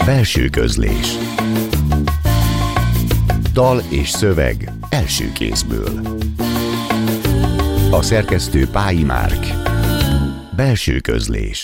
Belső közlés. Dal és szöveg első kézből. A szerkesztő Pályi Márk. Belső közlés.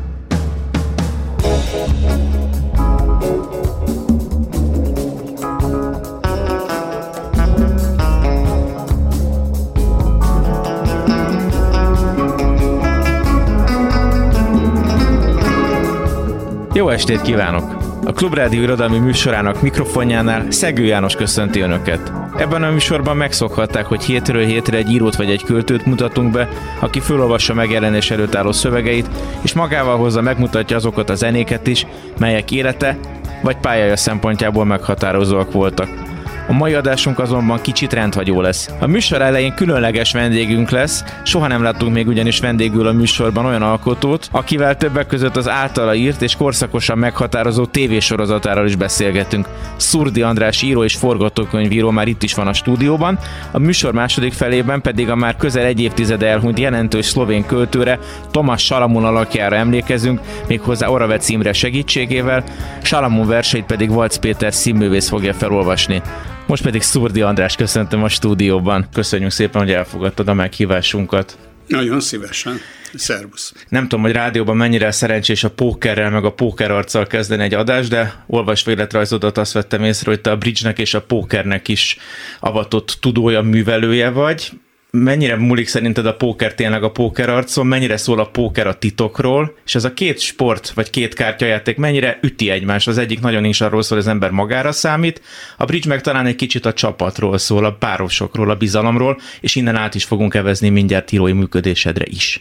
Jó estét kívánok! A Klubrádió irodalmi műsorának mikrofonjánál Szegő János köszönti Önöket. Ebben a műsorban megszokhatták, hogy hétről hétre egy írót vagy egy költőt mutatunk be, aki felolvassa megjelenés előtt álló szövegeit, és magával hozza, megmutatja azokat a zenéket is, melyek élete vagy pályája szempontjából meghatározóak voltak. A mai adásunk azonban kicsit rendhagyó lesz. A műsor elején különleges vendégünk lesz, soha nem láttunk még ugyanis vendégül a műsorban olyan alkotót, akivel többek között az általa írt és korszakosan meghatározó tévésorozatáról is beszélgetünk. Szurdi András író és forgatókönyvíró már itt is van a stúdióban, a műsor második felében pedig a már közel egy évtizede elhunyt jelentős szlovén költőre, Tomáš Šalamun alakjára emlékezünk, méghozzá Oravec Imre segítségével, Šalamun verseit pedig Valc Péter színművész fogja felolvasni. Most pedig Szurdi András köszöntöm a stúdióban. Köszönjük szépen, hogy elfogadtad a meghívásunkat. Nagyon szívesen. Szervusz. Nem tudom, hogy rádióban mennyire szerencsés a pókerrel, meg a pókerarccal kezdeni egy adást, de olvasva életrajzodat azt vettem észre, hogy te a bridge-nek és a pókernek is avatott tudója, művelője vagy. Mennyire múlik szerinted a póker tényleg a pókerarcon, mennyire szól a póker a titokról, és ez a két sport, vagy két kártyajáték mennyire üti egymást? Az egyik nagyon is arról szól, hogy az ember magára számít, a bridge meg talán egy kicsit a csapatról szól, a párosokról, a bizalomról, és innen át is fogunk evezni mindjárt írói működésedre is.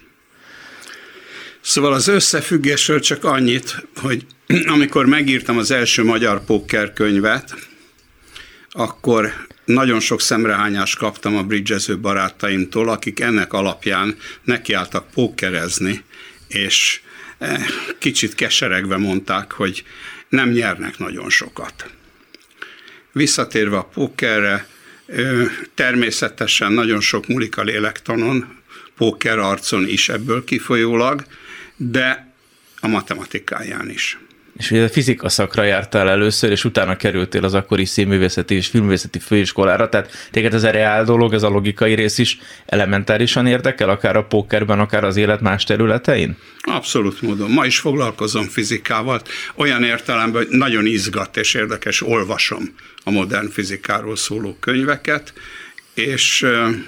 Szóval az összefüggésről csak annyit, hogy amikor megírtam az első magyar pókerkönyvet, akkor nagyon sok szemrehányást kaptam a bridgező barátaimtól, akik ennek alapján nekiálltak pókerezni, és kicsit keseregve mondták, hogy nem nyernek nagyon sokat. Visszatérve a pókerre, természetesen nagyon sok múlik a lélektanon, pókerarcon is ebből kifolyólag, de a matematikáján is. És ugye a fizika szakra jártál először, és utána kerültél az akkori színművészeti és filmművészeti főiskolára, tehát téged ez a reál dolog, ez a logikai rész is elementárisan érdekel, akár a pókerben, akár az élet más területein? Abszolút módon. Ma is foglalkozom fizikával, olyan értelemben, hogy nagyon izgat és érdekes, olvasom a modern fizikáról szóló könyveket, és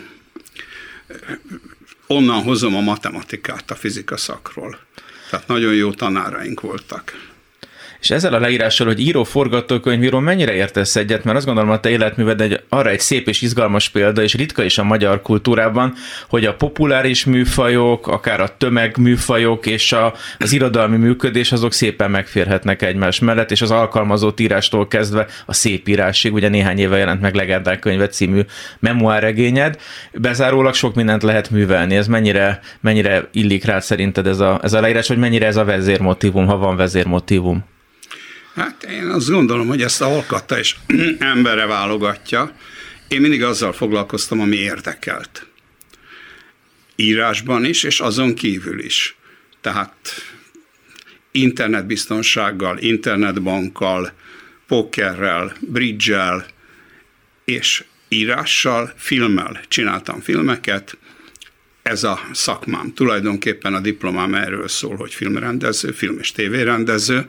onnan hozom a matematikát a fizika szakról. Tehát nagyon jó tanáraink voltak. És ezzel a leírással, hogy író, forgatókönyvíró, mennyire értesz egyet? Mert azt gondolom, hogy te életműved arra egy szép és izgalmas példa, és ritka is a magyar kultúrában, hogy a populáris műfajok, akár a tömegműfajok és az irodalmi működés, azok szépen megférhetnek egymás mellett, és az alkalmazott írástól kezdve a szép írásig, ugye néhány éve jelent meg Legendák könyve című memoárregényed, bezárólag sok mindent lehet művelni. Ez mennyire illik rád szerinted ez a leírás, vagy mennyire ez a vezérmotívum, ha van vezérmotívum? Hát én azt gondolom, hogy ezt alkatta és emberre válogatja. Én mindig azzal foglalkoztam, ami érdekelt. Írásban is, és azon kívül is. Tehát internetbiztonsággal, internetbankkal, pókerrel, bridge-el és írással, filmmel csináltam filmeket. Ez a szakmám. Tulajdonképpen a diplomám erről szól, hogy filmrendező, film- és tévérendező.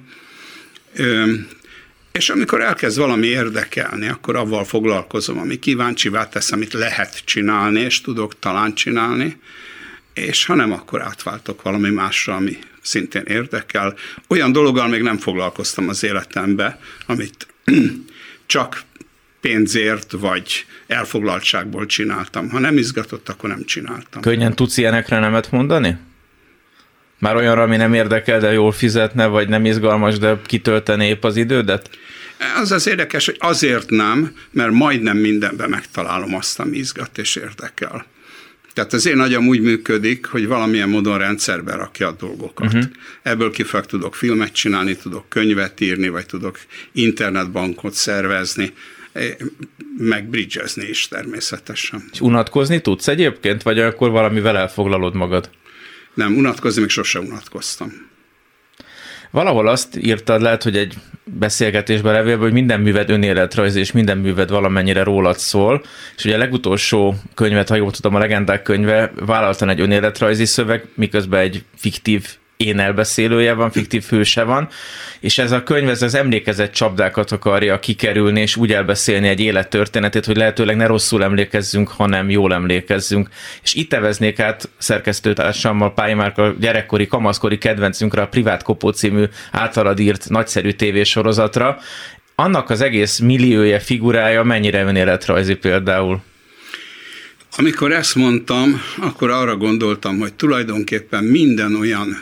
És amikor elkezd valami érdekelni, akkor avval foglalkozom, ami kíváncsivá tesz, amit lehet csinálni, és tudok talán csinálni, és ha nem, akkor átváltok valami másra, ami szintén érdekel. Olyan dologgal még nem foglalkoztam az életembe, amit csak pénzért vagy elfoglaltságból csináltam. Ha nem izgatott, akkor nem csináltam. Könnyen tudsz ilyenekre nemet mondani? Már olyanra, ami nem érdekel, de jól fizetne, vagy nem izgalmas, de kitöltené épp az idődet? Az érdekes, hogy azért nem, mert majdnem mindenben megtalálom azt, ami izgat és érdekel. Tehát az én agyam úgy működik, hogy valamilyen módon rendszerbe rakja a dolgokat. Ebből kifejezőleg tudok filmet csinálni, tudok könyvet írni, vagy tudok internetbankot szervezni, meg bridgezni is természetesen. És unatkozni tudsz egyébként, vagy akkor valamivel elfoglalod magad? Nem, unatkozni még sosem unatkoztam. Valahol azt írtad, lehet, hogy egy beszélgetésben, levélben, hogy minden műved önéletrajz, és minden műved valamennyire rólad szól, és ugye a legutolsó könyvet, ha jól tudom, a Legendák könyve vállaltan egy önéletrajzi szöveg, miközben egy fiktív én elbeszélője van, fiktív hőse van, és ez a könyv ez az emlékezett csapdákat akarja kikerülni, és úgy elbeszélni egy élettörténetét, hogy lehetőleg ne rosszul emlékezzünk, hanem jól emlékezzünk. És itt eveznék át szerkesztőtársammal, Pályi Márkkal gyerekkori, kamaszkori kedvencünkre, a Privát Kopó című általad írt nagyszerű tévésorozatra. Annak az egész milliója, figurája mennyire önéletrajzi például? Amikor ezt mondtam, akkor arra gondoltam, hogy tulajdonképpen minden olyan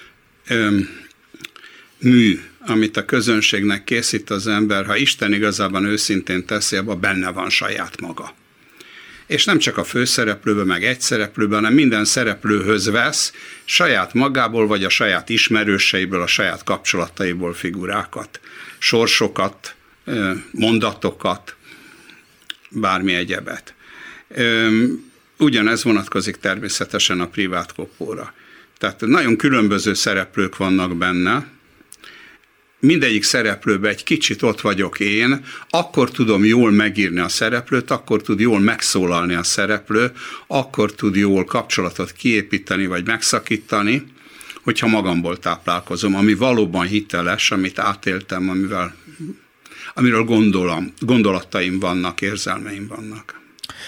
mű, amit a közönségnek készít az ember, ha Isten igazában őszintén teszi, abban benne van saját maga. És nem csak a főszereplőben, meg egy szereplőben, hanem minden szereplőhöz vesz saját magából, vagy a saját ismerőseiből, a saját kapcsolataiból figurákat, sorsokat, mondatokat, bármi egyebet. Ugyanez vonatkozik természetesen a Privát Kopóra. Tehát nagyon különböző szereplők vannak benne, mindegyik szereplőben egy kicsit ott vagyok én, akkor tudom jól megírni a szereplőt, akkor tud jól megszólalni a szereplő, akkor tud jól kapcsolatot kiépíteni vagy megszakítani, hogyha magamból táplálkozom, ami valóban hiteles, amit átéltem, amiről gondolataim vannak, érzelmeim vannak.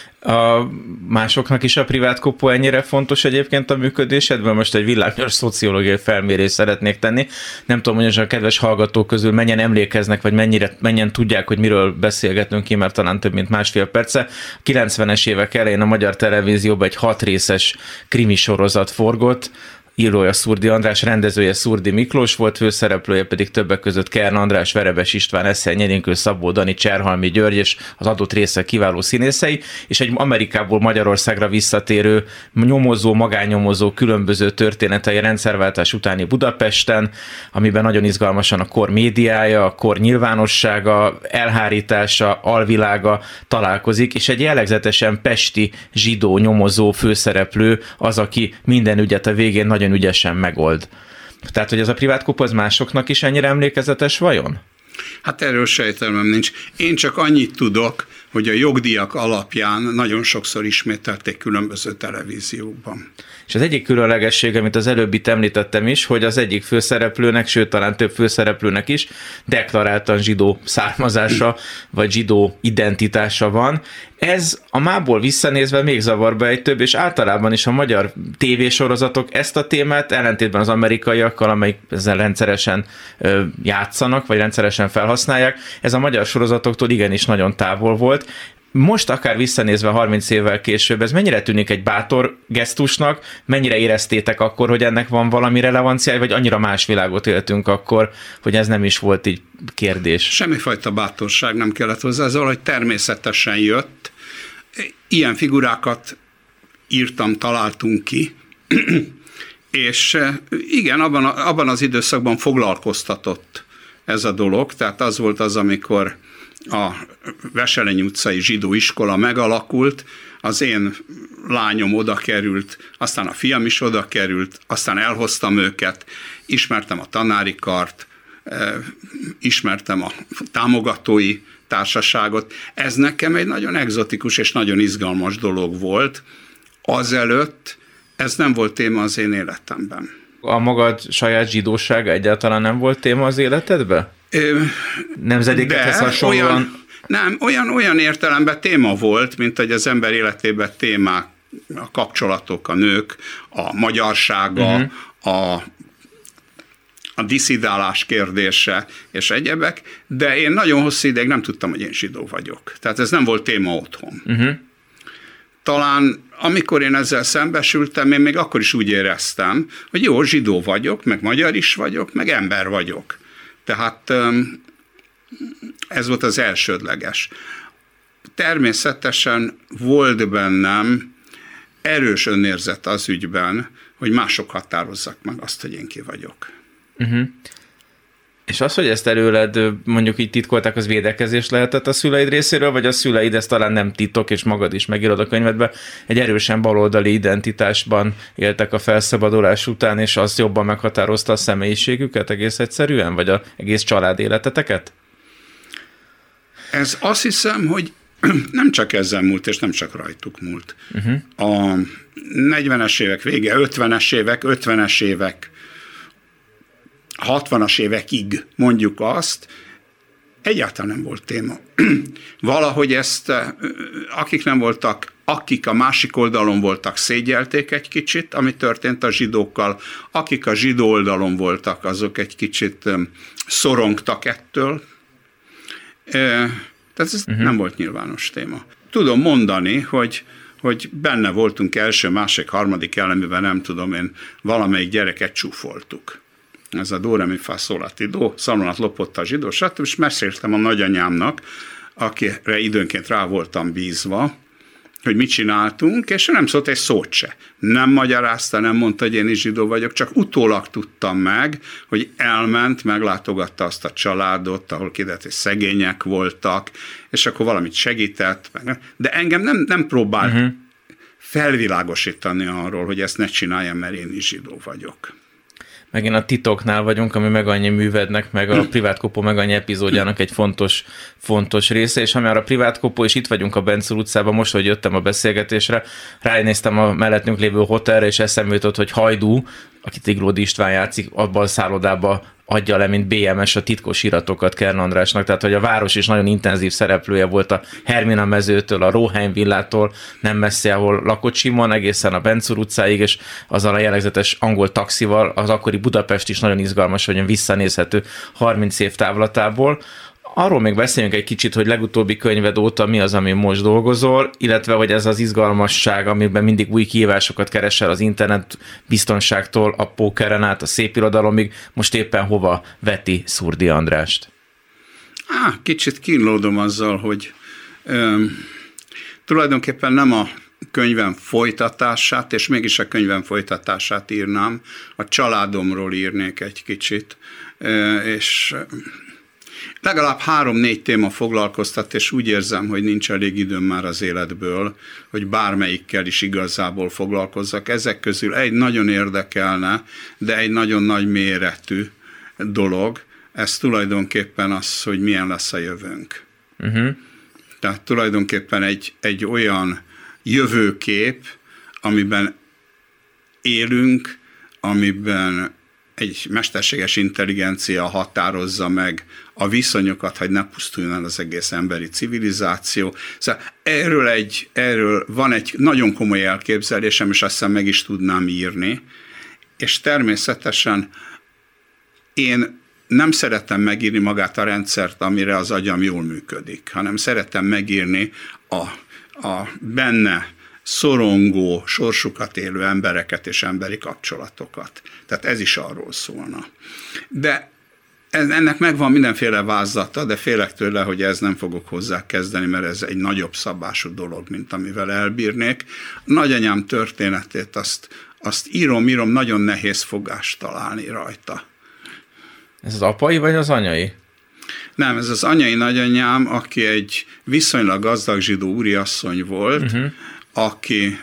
A másoknak is a Privát Kopó ennyire fontos egyébként a működésedben? Most egy világos szociológiai felmérést szeretnék tenni. Nem tudom, hogy a kedves hallgatók közül mennyien emlékeznek, vagy mennyien tudják, hogy miről beszélgetünk ki, mert talán több mint másfél perce. A 90-es évek elején a Magyar Televízióban egy 6 részes krimi sorozat forgott, írója Szurdi András, rendezője Szurdi Miklós volt, főszereplője pedig többek között Kern András, Verebes István, Eszter Nyerinkő, Szabó Dani, Cserhalmi György és az adott részek kiváló színészei, és egy Amerikából Magyarországra visszatérő nyomozó, magánnyomozó különböző történetei rendszerváltás utáni Budapesten, amiben nagyon izgalmasan a kor médiája, a kor nyilvánossága, elhárítása, alvilága találkozik, és egy jellegzetesen pesti zsidó nyomozó főszereplő az, aki minden ügyet a végén nagyon ügyesen megold. Tehát, hogy ez a Privát Kopó az másoknak is ennyire emlékezetes vajon? Hát erről sejtelmem nincs. Én csak annyit tudok, hogy a jogdíjak alapján nagyon sokszor ismételték különböző televíziókban. És az egyik különlegesség, amit az előbbit említettem is, hogy az egyik főszereplőnek, sőt talán több főszereplőnek is deklaráltan zsidó származása, vagy zsidó identitása van. Ez a mából visszanézve még zavarba ejtőbb, és általában is a magyar tévésorozatok ezt a témát ellentétben az amerikaiakkal, amelyik ezzel rendszeresen játszanak, vagy rendszeresen felhasználják, ez a magyar sorozatoktól igenis nagyon távol volt. Most akár visszanézve 30 évvel később, ez mennyire tűnik egy bátor gesztusnak, mennyire éreztétek akkor, hogy ennek van valami relevanciája, vagy annyira más világot éltünk akkor, hogy ez nem is volt így kérdés? Semmifajta bátorság nem kellett hozzá, ez valahogy természetesen jött. Ilyen figurákat írtam, találtunk ki, és igen, abban az időszakban foglalkoztatott ez a dolog, tehát az volt az, amikor a Veseleny utcai zsidó iskola megalakult, az én lányom oda került, aztán a fiam is oda került, aztán elhoztam őket, ismertem a tanári kart, ismertem a támogatói társaságot. Ez nekem egy nagyon egzotikus és nagyon izgalmas dolog volt. Azelőtt ez nem volt téma az én életemben. A magad saját zsidósága egyáltalán nem volt téma az életedben? Nemzedékekhez hasonlóan? Olyan értelemben téma volt, mint hogy az ember életében témák, a kapcsolatok, a nők, a magyarsága, a diszidálás kérdése és egyebek, de én nagyon hosszú ideig nem tudtam, hogy én zsidó vagyok. Tehát ez nem volt téma otthon. Talán amikor én ezzel szembesültem, én még akkor is úgy éreztem, hogy jó, zsidó vagyok, meg magyar is vagyok, meg ember vagyok. Tehát ez volt az elsődleges. Természetesen volt bennem erős önérzet az ügyben, hogy mások határozzak meg azt, hogy én ki vagyok. És az, hogy ezt előled mondjuk így titkolták, az védekezés lehetett a szüleid részéről, vagy a szüleid ezt talán nem titok, és magad is megírod a könyvedbe, egy erősen baloldali identitásban éltek a felszabadulás után, és az jobban meghatározta a személyiségüket egész egyszerűen, vagy az egész család életeteket? Ez azt hiszem, hogy nem csak ezzel múlt, és nem csak rajtuk múlt. A 40-es évek vége, 50-es évek, 50-es évek, 60-as évekig mondjuk azt, egyáltalán nem volt téma. Valahogy ezt, akik a másik oldalon voltak, szégyelték egy kicsit, ami történt a zsidókkal, akik a zsidó oldalon voltak, azok egy kicsit szorongtak ettől. Tehát ez nem volt nyilvános téma. Tudom mondani, hogy benne voltunk első, másik, harmadik elemiben, nem tudom én, valamelyik gyereket csúfoltuk. Ez a do, re, mi, fa, szol, la, ti, do, szalonat lopott a zsidó, stb. És meséltem a nagyanyámnak, akire időnként rá voltam bízva, hogy mit csináltunk, és nem szólt egy szót se. Nem magyarázta, nem mondta, hogy én is zsidó vagyok, csak utólag tudtam meg, hogy elment, meglátogatta azt a családot, ahol kiderült, hogy szegények voltak, és akkor valamit segített. De engem nem próbált felvilágosítani arról, hogy ezt ne csináljam, mert én is zsidó vagyok. Megint a titoknál vagyunk, ami meg annyi művednek, meg a Privátkopó meg annyi epizódjának egy fontos része, és ami arra a Privátkopó, és itt vagyunk a Bencúr utcában, most, hogy jöttem a beszélgetésre, ránéztem a mellettünk lévő hotelre, és eszembe jutott, hogy Hajdú, akit Iglódi István játszik, abban a szállodába adja le, mint BMS a titkos iratokat Kern Andrásnak, tehát hogy a város is nagyon intenzív szereplője volt a Hermina mezőtől, a Róheim villától, nem messze, ahol lakott Simon, egészen a Bencúr utcáig, és azzal a jellegzetes angol taxival, az akkori Budapest is nagyon izgalmas, hogy visszanézhető 30 év távlatából. Arról még beszéljünk egy kicsit, hogy legutóbbi könyved óta mi az, ami most dolgozol, illetve hogy ez az izgalmasság, amiben mindig új kihívásokat keresel az internet biztonságtól, a pókeren át, a szépirodalomig, most éppen hova veti Szurdi Andrást? Kicsit kínlódom azzal, hogy tulajdonképpen nem a könyvem folytatását, és mégis a könyvem folytatását írnám, a családomról írnék egy kicsit, és legalább 3-4 téma foglalkoztat, és úgy érzem, hogy nincs elég időm már az életből, hogy bármelyikkel is igazából foglalkozzak. Ezek közül egy nagyon érdekelne, de egy nagyon nagy méretű dolog, ez tulajdonképpen az, hogy milyen lesz a jövőnk. Tehát tulajdonképpen egy olyan jövőkép, amiben élünk, amiben egy mesterséges intelligencia határozza meg a viszonyokat, hogy ne pusztuljon el az egész emberi civilizáció. Szóval erről van egy nagyon komoly elképzelésem, és azt hiszem meg is tudnám írni, és természetesen én nem szeretem megírni magát a rendszert, amire az agyam jól működik, hanem szeretem megírni a benne szorongó, sorsukat élő embereket és emberi kapcsolatokat. Tehát ez is arról szólna. De ennek megvan mindenféle vázlata, de félek tőle, hogy ez nem fogok hozzá kezdeni, mert ez egy nagyobb szabású dolog, mint amivel elbírnék. A nagyanyám történetét azt írom, nagyon nehéz fogást találni rajta. Ez az apai vagy az anyai? Nem, ez az anyai nagyanyám, aki egy viszonylag gazdag zsidó úriasszony volt, aki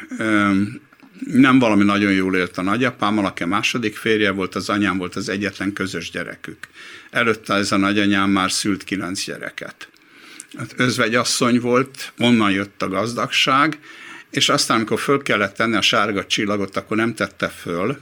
nem valami nagyon jól élt a nagyapámmal, aki a második férje volt, az anyám volt az egyetlen közös gyerekük. Előtte ez a nagyanyám már szült 9 gyereket. Özvegyasszony volt, onnan jött a gazdagság, és aztán, amikor föl kellett tenni a sárga csillagot, akkor nem tette föl.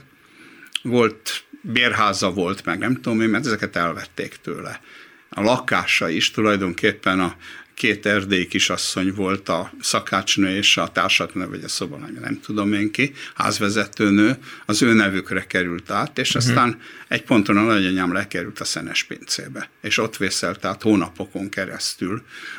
Bérháza volt, meg nem tudom én, mert ezeket elvették tőle. A lakása is tulajdonképpen a 2 erdélyi kisasszony volt, a szakácsnő és a társatnő, vagy a szobalány, nem tudom én ki, házvezetőnő, az ő nevükre került át, és aztán egy ponton a nagyanyám lekerült a Szenes-pincébe, és ott vészelt át hónapokon keresztül.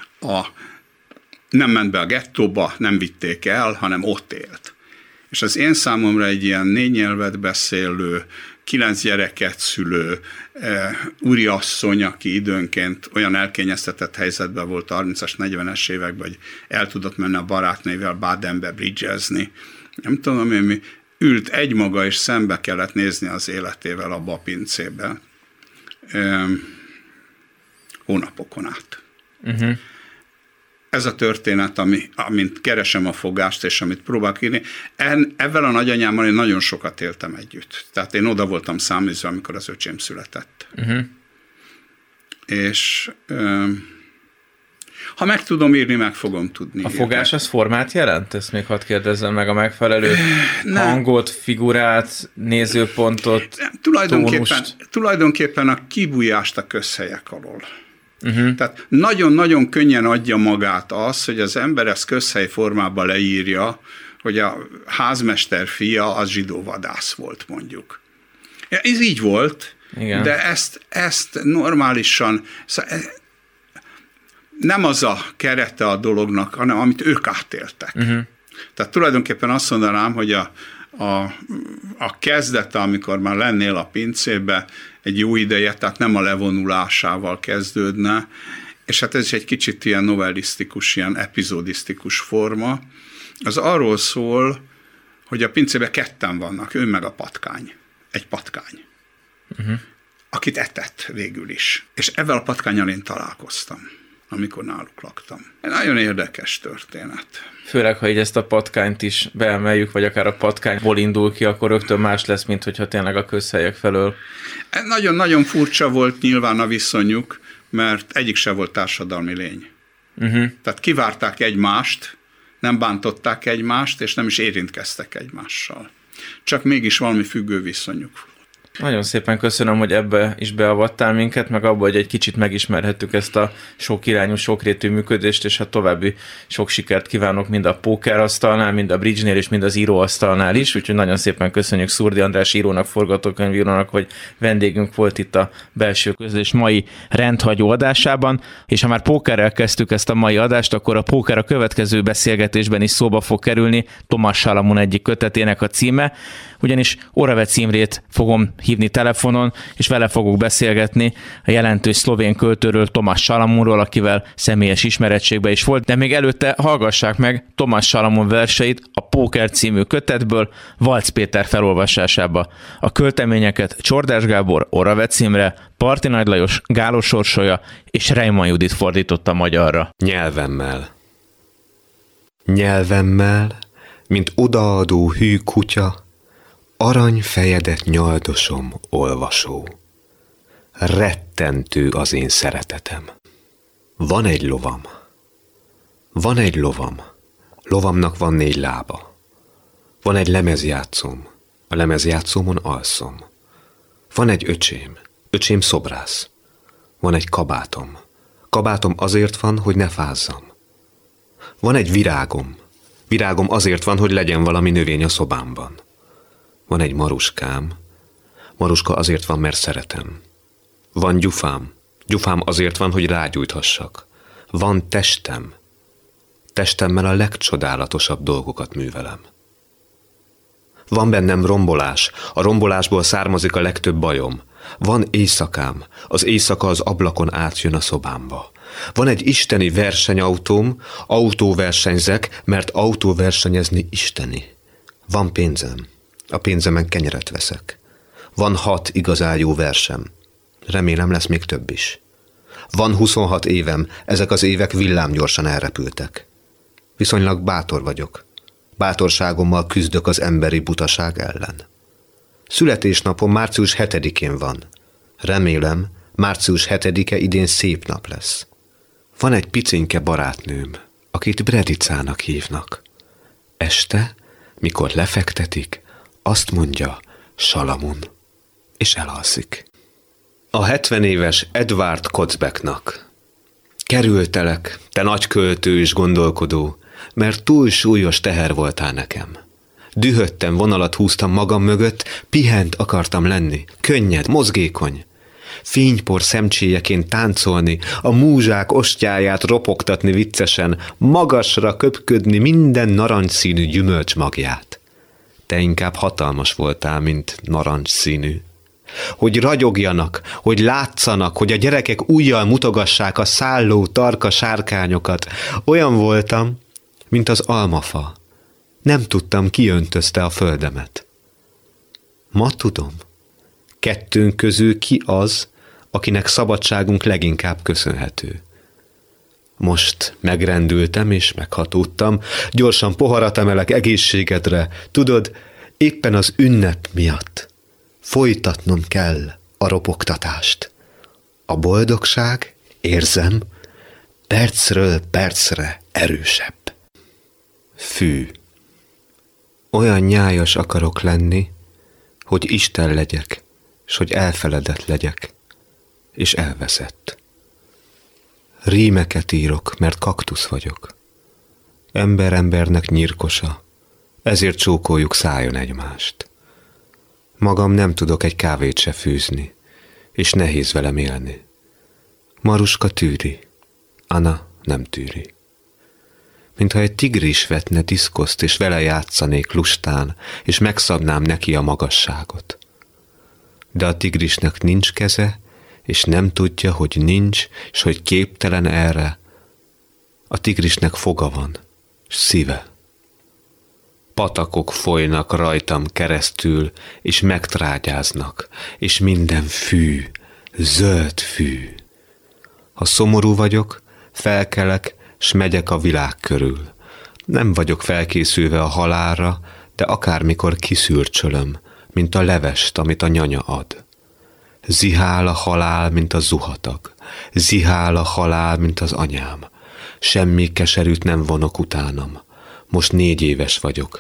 Nem ment be a gettóba, nem vitték el, hanem ott élt. És az én számomra egy ilyen 4 nyelvet beszélő, 9 gyereket szülő úriasszony, aki időnként olyan elkényeztetett helyzetben volt a 30-as, 40-es években, hogy el tudott menni a barátnővel Badenbe bridgezni. Nem tudom én mi, ült egymaga, és szembe kellett nézni az életével abba a pincébe. hónapokon át. Ez a történet, amint keresem a fogást, és amit próbálok írni, ezzel a nagyanyámmal én nagyon sokat éltem együtt. Tehát én oda voltam száműzve, amikor az öcsém született. És ha meg tudom írni, meg fogom tudni. A fogás az formát jelent? Ezt még hadd kérdezzem meg, a megfelelő hangot, figurát, nézőpontot, tulajdonképpen a kibújást a közhelyek alól. Tehát nagyon-nagyon könnyen adja magát az, hogy az ember ezt közhely formában leírja, hogy a házmester fia az zsidó vadász volt, mondjuk. Ez így volt, igen. De ezt normálisan, nem az a kerete a dolognak, hanem amit ők átéltek. Tehát tulajdonképpen azt mondanám, hogy a kezdete, amikor már lennél a pincébe, egy jó ideje, tehát nem a levonulásával kezdődne, és hát ez is egy kicsit ilyen novellisztikus, ilyen epizodisztikus forma. Az arról szól, hogy a pincében ketten vannak, ő meg a patkány. Egy patkány. Akit etett végül is. És ezzel a patkánnyal én találkoztam, amikor náluk laktam. Egy nagyon érdekes történet. Főleg, ha így ezt a patkányt is beemeljük, vagy akár a patkányból indul ki, akkor rögtön más lesz, mint hogyha tényleg a közhelyek felől. Nagyon-nagyon furcsa volt nyilván a viszonyuk, mert egyik se volt társadalmi lény. Tehát kivárták egymást, nem bántották egymást, és nem is érintkeztek egymással. Csak mégis valami függő viszonyuk. Nagyon szépen köszönöm, hogy ebbe is beavattál minket, meg abba, hogy egy kicsit megismerhettük ezt a sok irányú, sokrétű működést, és a további sok sikert kívánok mind a pókerasztalnál, mind a bridge-nél, és mind az íróasztalnál is, úgyhogy nagyon szépen köszönjük Szurdi András írónak, forgatókönyvírónak, hogy vendégünk volt itt a Belső Közlés mai rendhagyó adásában, és ha már pókerrel kezdtük ezt a mai adást, akkor a póker a következő beszélgetésben is szóba fog kerülni, Tomás Salamon egyik kötetének a címe, ugyanis Oravec Imrét fogom hívni telefonon, és vele fogok beszélgetni a jelentős szlovén költőről, Tomás Salamonról, akivel személyes ismerettségben is volt, de még előtte hallgassák meg Tomás Salamon verseit a Póker című kötetből Valc Péter felolvasásába. A költeményeket Csordás Gábor, Oravec Imre, Parti Nagy Lajos, Gálos Orsolya és Reimann Judit fordította magyarra. Nyelvemmel, mint odaadó hű kutya, arany fejedet nyaldosom, olvasó. Rettentő az én szeretetem. Van egy lovam. Lovamnak van 4 lába. Van egy lemezjátszóm. A lemezjátszómon alszom. Van egy öcsém szobrász. Van egy kabátom. Kabátom azért van, hogy ne fázzam. Van egy virágom. Virágom azért van, hogy legyen valami növény a szobámban. Van egy maruskám. Maruska azért van, mert szeretem. Van gyufám. Gyufám azért van, hogy rágyújthassak. Van testem. Testemmel a legcsodálatosabb dolgokat művelem. Van bennem rombolás. A rombolásból származik a legtöbb bajom. Van éjszakám. Az éjszaka az ablakon átjön a szobámba. Van egy isteni versenyautóm. Autóversenyzek, mert autóversenyezni isteni. Van pénzem. A pénzemen kenyeret veszek. Van 6 igazán jó versem. Remélem lesz még több is. Van 26 évem, ezek az évek villámgyorsan elrepültek. Viszonylag bátor vagyok. Bátorságommal küzdök az emberi butaság ellen. Születésnapom március 7-én van. Remélem, március 7-e idén szép nap lesz. Van egy picinke barátnőm, akit Bredicának hívnak. Este, mikor lefektetik, azt mondja Salamon, és elalszik. A 70 éves Edward Kocbeknak. Kerültelek, te nagy költő és gondolkodó, mert túl súlyos teher voltál nekem. Dühöttem, vonalat húztam magam mögött, pihent akartam lenni, könnyed, mozgékony. Fénypor szemcséjeként táncolni, a múzsák ostjáját ropogtatni viccesen, magasra köpködni minden narancsszínű gyümölcs magját. Te inkább hatalmas voltál, mint narancsszínű. Hogy ragyogjanak, hogy látszanak, hogy a gyerekek ujjal mutogassák a szálló tarka sárkányokat. Olyan voltam, mint az almafa. Nem tudtam, ki öntözte a földemet. Ma tudom, kettőnk közül ki az, akinek szabadságunk leginkább köszönhető. Most megrendültem és meghatódtam, gyorsan poharat emelek egészségedre, tudod, éppen az ünnep miatt folytatnom kell a ropogtatást. A boldogság, érzem, percről percre erősebb. Fű. Olyan nyájas akarok lenni, hogy Isten legyek, s hogy elfeledett legyek, és elveszett. Rímeket írok, mert kaktusz vagyok. Ember embernek nyírkosa, ezért csókoljuk szájon egymást. Magam nem tudok egy kávét se fűzni, és nehéz velem élni. Maruska tűri, Anna nem tűri. Mintha egy tigris vetne diszkoszt, és vele játszanék lustán, és megszabnám neki a magasságot. De a tigrisnek nincs keze, és nem tudja, hogy nincs, és hogy képtelen erre. A tigrisnek foga van, és szíve. Patakok folynak rajtam keresztül, és megtrágyáznak, és minden fű, zöld fű. Ha szomorú vagyok, felkelek, s megyek a világ körül. Nem vagyok felkészülve a halálra, de akármikor kiszürcsölöm, mint a levest, amit a nyanya ad. Zihál a halál, mint a zuhatag. Zihál a halál, mint az anyám. Semmi keserűt nem vonok utánam. Most 4 éves vagyok.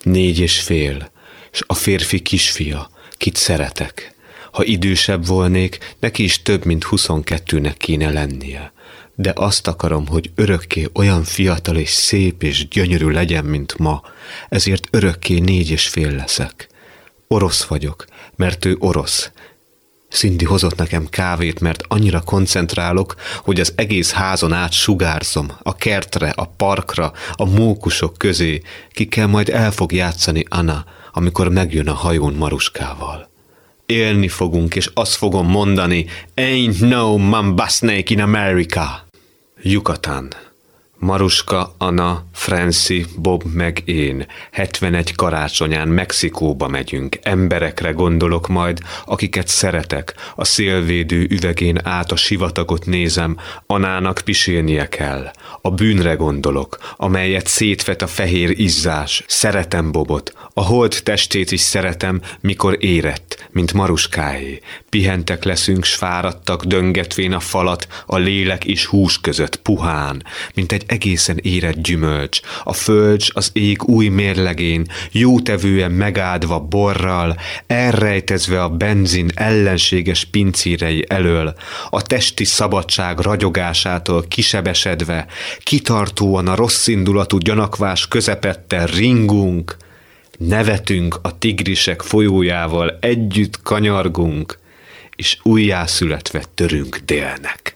4,5, s a férfi kisfia, kit szeretek. Ha idősebb volnék, neki is több mint 22-nek kéne lennie. De azt akarom, hogy örökké olyan fiatal és szép és gyönyörű legyen, mint ma, ezért örökké 4,5 leszek. Orosz vagyok, mert ő orosz. Cindy hozott nekem kávét, mert annyira koncentrálok, hogy az egész házon át sugárzom, a kertre, a parkra, a mókusok közé, kikkel majd el fog játszani Anna, amikor megjön a hajón Maruskával. Élni fogunk, és azt fogom mondani, ain't no mamba snake in America. Yucatán. Maruska, Anna, Francie, Bob meg én 71 karácsonyán Mexikóba megyünk. Emberekre gondolok majd, akiket szeretek. A szélvédő üvegén át a sivatagot nézem, Annának pisilnie kell. A bűnre gondolok, amelyet szétvet a fehér izzás. Szeretem Bobot, a hold testét is szeretem, mikor érett, mint Maruskáé. Pihentek leszünk, s fáradtak, döngetvén a falat, a lélek és hús között, puhán, mint egy egészen érett gyümölcs, a földs az ég új mérlegén, jótevően megáldva borral, elrejtezve a benzin ellenséges pincérei elől, a testi szabadság ragyogásától kisebesedve, kitartóan a rosszindulatú gyanakvás közepette ringunk, nevetünk a tigrisek folyójával, együtt kanyargunk, és újjászületve törünk délnek.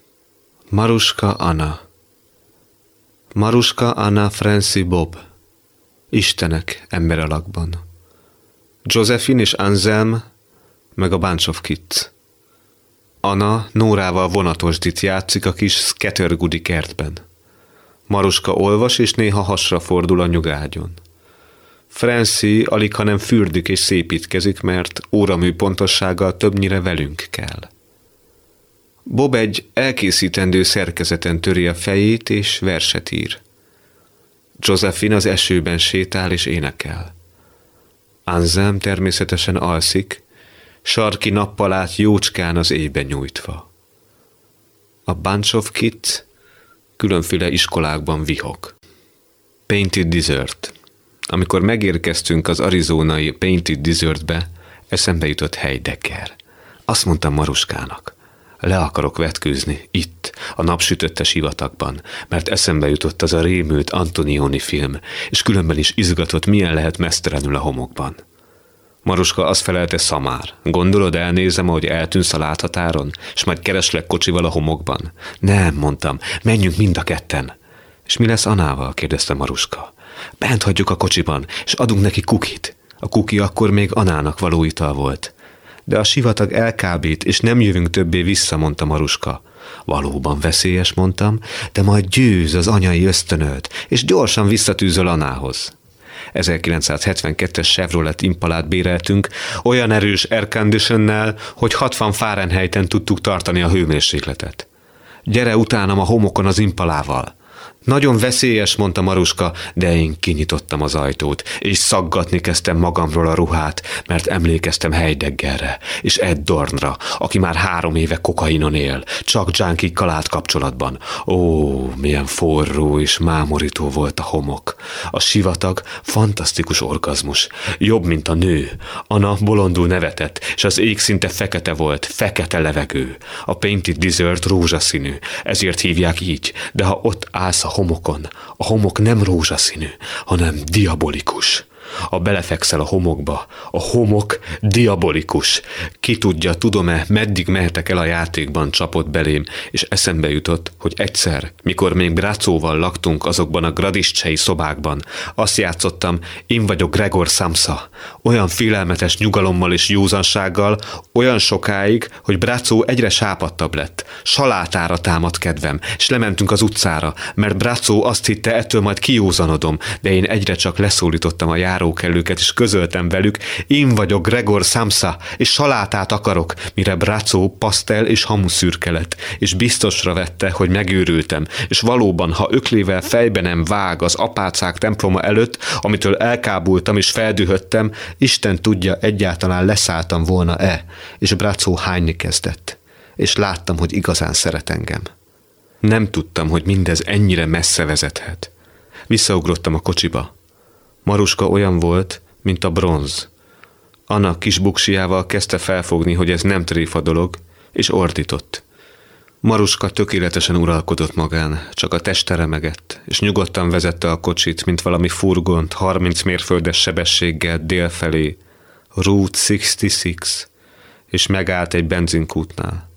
Maruska, Anna. Maruska, Anna, Francie, Bob. Istenek ember alakban. Josephine és Anselm, meg a Bunch of Kids. Anna Nórával vonatosdit játszik a kis Scattergoody kertben. Maruska olvas, és néha hasra fordul a nyugágyon. Francie alighanem fürdik és szépítkezik, mert óramű pontossággal többnyire velünk kell. Bob egy elkészítendő szerkezeten töri a fejét, és verset ír. Josephine az esőben sétál és énekel. Anselm természetesen alszik, sarki nappalát jócskán az éjbe nyújtva. A Bunch of Kids különféle iskolákban vihog. Painted Desert. Amikor megérkeztünk az arizonai Painted Desertbe, eszembe jutott Heidegger. Azt mondtam Maruskának, le akarok vetkőzni itt, a napsütötte sivatagban, mert eszembe jutott az a rémült Antonioni film, és különben is izgatott, milyen lehet mesztelenül a homokban. Maruska azt felelte, szamár. Gondolod, elnézem, ahogy eltűnsz a láthatáron, és majd kereslek kocsival a homokban? Nem, mondtam, menjünk mind a ketten. És mi lesz Anával? Kérdezte Maruska. Bent hagyjuk a kocsiban, és adunk neki kukit. A kuki akkor még Anának való ital volt. De a sivatag elkábít, és nem jövünk többé vissza, mondta Maruska. Valóban veszélyes, mondtam, de majd győz az anyai ösztönöd, és gyorsan visszatűzöl Anához. 1972-es Chevrolet Impalát béreltünk, olyan erős airconditionnel, hogy 60 Fahrenheiten tudtuk tartani a hőmérsékletet. Gyere utánam a homokon az Impalával. Nagyon veszélyes, mondta Maruska, de én kinyitottam az ajtót, és szaggatni kezdtem magamról a ruhát, mert emlékeztem Heideggerre és Ed Dornra, aki már 3 éve kokainon él, csak junkikkal állt kapcsolatban. Ó, milyen forró és mámorító volt a homok. A sivatag fantasztikus orgazmus, jobb, mint a nő. Anna bolondul nevetett, és az ég szinte fekete volt, fekete levegő. A Painted Desert rózsaszínű, ezért hívják így, de ha ott állsz a homokon, a homok nem rózsaszínű, hanem diabolikus. Ha belefekszel a homokba, a homok diabolikus. Ki tudja, tudom-e, meddig mehetek el a játékban, csapott belém, és eszembe jutott, hogy egyszer, mikor még Brácóval laktunk azokban a gradiscsei szobákban, azt játszottam, én vagyok Gregor Samsa. Olyan félelmetes nyugalommal és józansággal, olyan sokáig, hogy Brácó egyre sápadtabb lett. Salátára támadt kedvem, és lementünk az utcára, mert Brácó azt hitte, ettől majd kijózanodom, de én egyre csak leszólítottam a járókelőket, és közöltem velük, én vagyok Gregor Samsa, és salátát akarok, mire Brácó pasztel és hamuszürke lett, és biztosra vette, hogy megőrültem, és valóban, ha öklével fejbe nem vág az apácák temploma előtt, amitől elkábultam és feldühödtem, Isten tudja, egyáltalán leszálltam volna-e, és Brácó hányni kezdett, és láttam, hogy igazán szeret engem. Nem tudtam, hogy mindez ennyire messze vezethet. Visszaugrottam a kocsiba. Maruska olyan volt, mint a bronz. Anna kis buksiával kezdte felfogni, hogy ez nem tréfa dolog, és ordított. Maruska tökéletesen uralkodott magán, csak a teste remegett, és nyugodtan vezette a kocsit, mint valami furgont 30 mérföldes sebességgel délfelé, Route 66, és megállt egy benzinkútnál.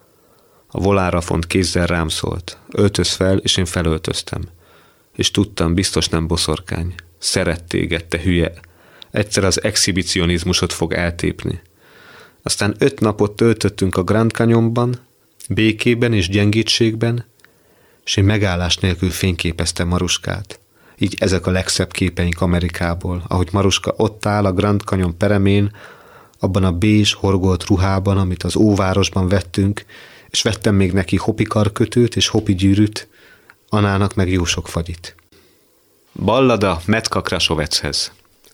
A volánra font kézzel rám szólt, öltöz fel, és én felöltöztem. És tudtam, biztos nem boszorkány. Szeret téged, te hülye. Egyszer az exhibicionizmusot fog eltépni. Aztán 5 napot töltöttünk a Grand Canyonban, békében és gyengítségben, és én megállás nélkül fényképeztem Maruskát. Így ezek a legszebb képeink Amerikából, ahogy Maruska ott áll a Grand Canyon peremén, abban a bézs horgolt ruhában, amit az óvárosban vettünk, és vettem még neki hopikarkötőt és hopigyűrűt, Anának meg jó sok fagyit. Ballada Metka Krasowiechez.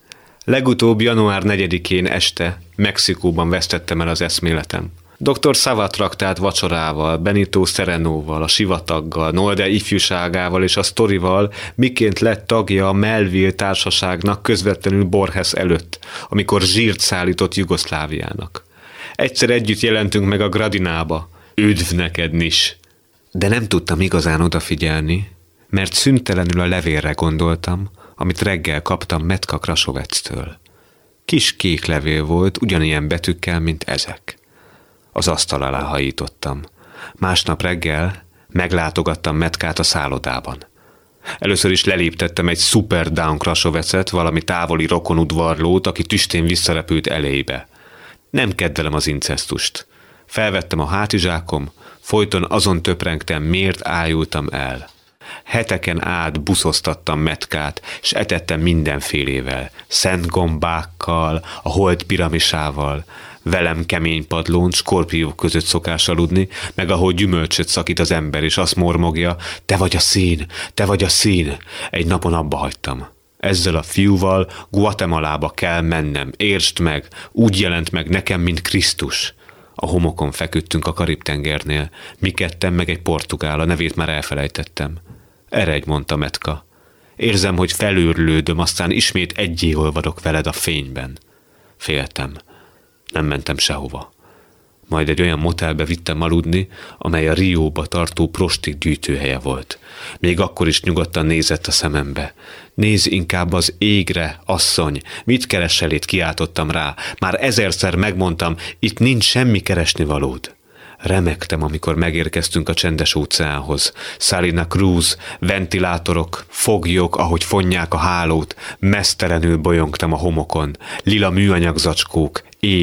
Legutóbb január 4-én este Mexikóban vesztettem el az eszméletem. Dr. Sava traktált vacsorával, Benito Serenoval, a sivataggal, Nolde ifjúságával és a sztorival, miként lett tagja a Melville társaságnak közvetlenül Borges előtt, amikor zsírt szállított Jugoszláviának. Egyszer együtt jelentünk meg a Gradinába. Üdv neked, Nis! De nem tudtam igazán odafigyelni, mert szüntelenül a levélre gondoltam, amit reggel kaptam Metka Krasowiectől. Kis kék levél volt, ugyanilyen betűkkel, mint ezek. Az asztal alá hajítottam. Másnap reggel meglátogattam Metkát a szállodában. Először is leléptettem egy Super Down Krasowiecet, valami távoli rokonudvarlót, aki tüstén visszarepült elébe. Nem kedvelem az incesztust. Felvettem a hátizsákom, folyton azon töprengtem, miért ájultam el. Heteken át buszoztattam Metkát, s etettem mindenfélével, szent gombákkal, a hold piramisával, velem kemény padlón, skorpiók között szokás aludni, meg ahol gyümölcsöt szakít az ember, és azt mormogja, te vagy a szín, te vagy a szín. Egy napon abba hagytam. Ezzel a fiúval Guatemalába kell mennem, értsd meg, úgy jelent meg nekem, mint Krisztus. A homokon feküdtünk a Karib-tengernél, mi ketten meg egy portugál, a nevét már elfelejtettem. Eredj, mondta Metka. Érzem, hogy felőrlődöm, aztán ismét egyé olvadok veled a fényben. Féltem. Nem mentem sehova. Majd egy olyan motelbe vittem aludni, amely a Rióba tartó prostik gyűjtőhelye volt. Még akkor is nyugodtan nézett a szemembe. Nézz inkább az égre, asszony, mit keresel itt, kiáltottam rá. Már 1000-szer megmondtam, itt nincs semmi keresnivalód. Remegtem, amikor megérkeztünk a csendes óceánhoz. Salina Cruz, ventilátorok, foglyok, ahogy fonják a hálót, meztelenül bolyongtam a homokon. Lila műanyag zacskók, ég,